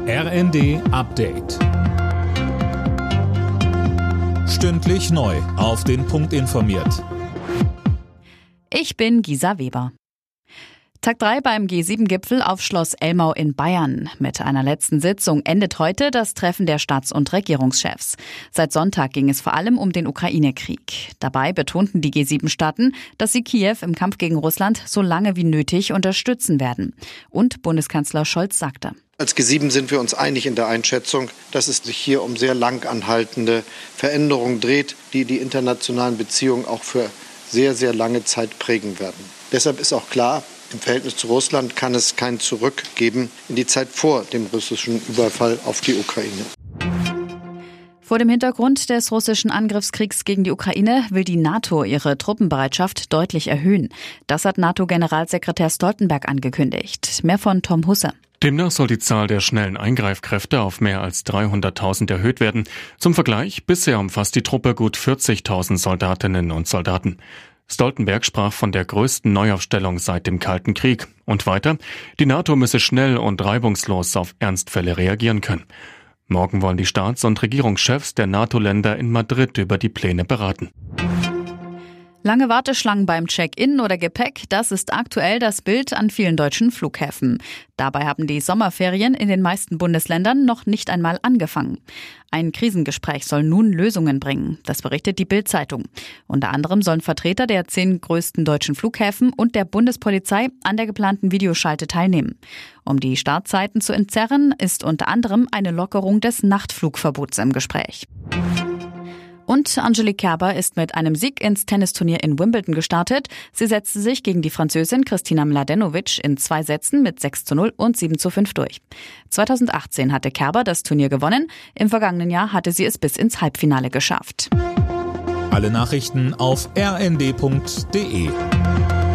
RND Update. Stündlich neu auf den Punkt informiert. Ich bin Gisa Weber. Tag 3 beim G7-Gipfel auf Schloss Elmau in Bayern. Mit einer letzten Sitzung endet heute das Treffen der Staats- und Regierungschefs. Seit Sonntag ging es vor allem um den Ukraine-Krieg. Dabei betonten die G7-Staaten, dass sie Kiew im Kampf gegen Russland so lange wie nötig unterstützen werden. Und Bundeskanzler Scholz sagte: Als G7 sind wir uns einig in der Einschätzung, dass es sich hier um sehr lang anhaltende Veränderungen dreht, die die internationalen Beziehungen auch für sehr, sehr lange Zeit prägen werden. Deshalb ist auch klar, im Verhältnis zu Russland kann es kein Zurück geben in die Zeit vor dem russischen Überfall auf die Ukraine. Vor dem Hintergrund des russischen Angriffskriegs gegen die Ukraine will die NATO ihre Truppenbereitschaft deutlich erhöhen. Das hat NATO-Generalsekretär Stoltenberg angekündigt. Mehr von Tom Husse. Demnach soll die Zahl der schnellen Eingreifkräfte auf mehr als 300.000 erhöht werden. Zum Vergleich, bisher umfasst die Truppe gut 40.000 Soldatinnen und Soldaten. Stoltenberg sprach von der größten Neuaufstellung seit dem Kalten Krieg. Und weiter, die NATO müsse schnell und reibungslos auf Ernstfälle reagieren können. Morgen wollen die Staats- und Regierungschefs der NATO-Länder in Madrid über die Pläne beraten. Lange Warteschlangen beim Check-in oder Gepäck, das ist aktuell das Bild an vielen deutschen Flughäfen. Dabei haben die Sommerferien in den meisten Bundesländern noch nicht einmal angefangen. Ein Krisengespräch soll nun Lösungen bringen, das berichtet die Bild-Zeitung. Unter anderem sollen Vertreter der 10 größten deutschen Flughäfen und der Bundespolizei an der geplanten Videoschalte teilnehmen. Um die Startzeiten zu entzerren, ist unter anderem eine Lockerung des Nachtflugverbots im Gespräch. Und Angelique Kerber ist mit einem Sieg ins Tennisturnier in Wimbledon gestartet. Sie setzte sich gegen die Französin Kristina Mladenovic in 2 Sätzen mit 6:0 und 7:5 durch. 2018 hatte Kerber das Turnier gewonnen. Im vergangenen Jahr hatte sie es bis ins Halbfinale geschafft. Alle Nachrichten auf rnd.de.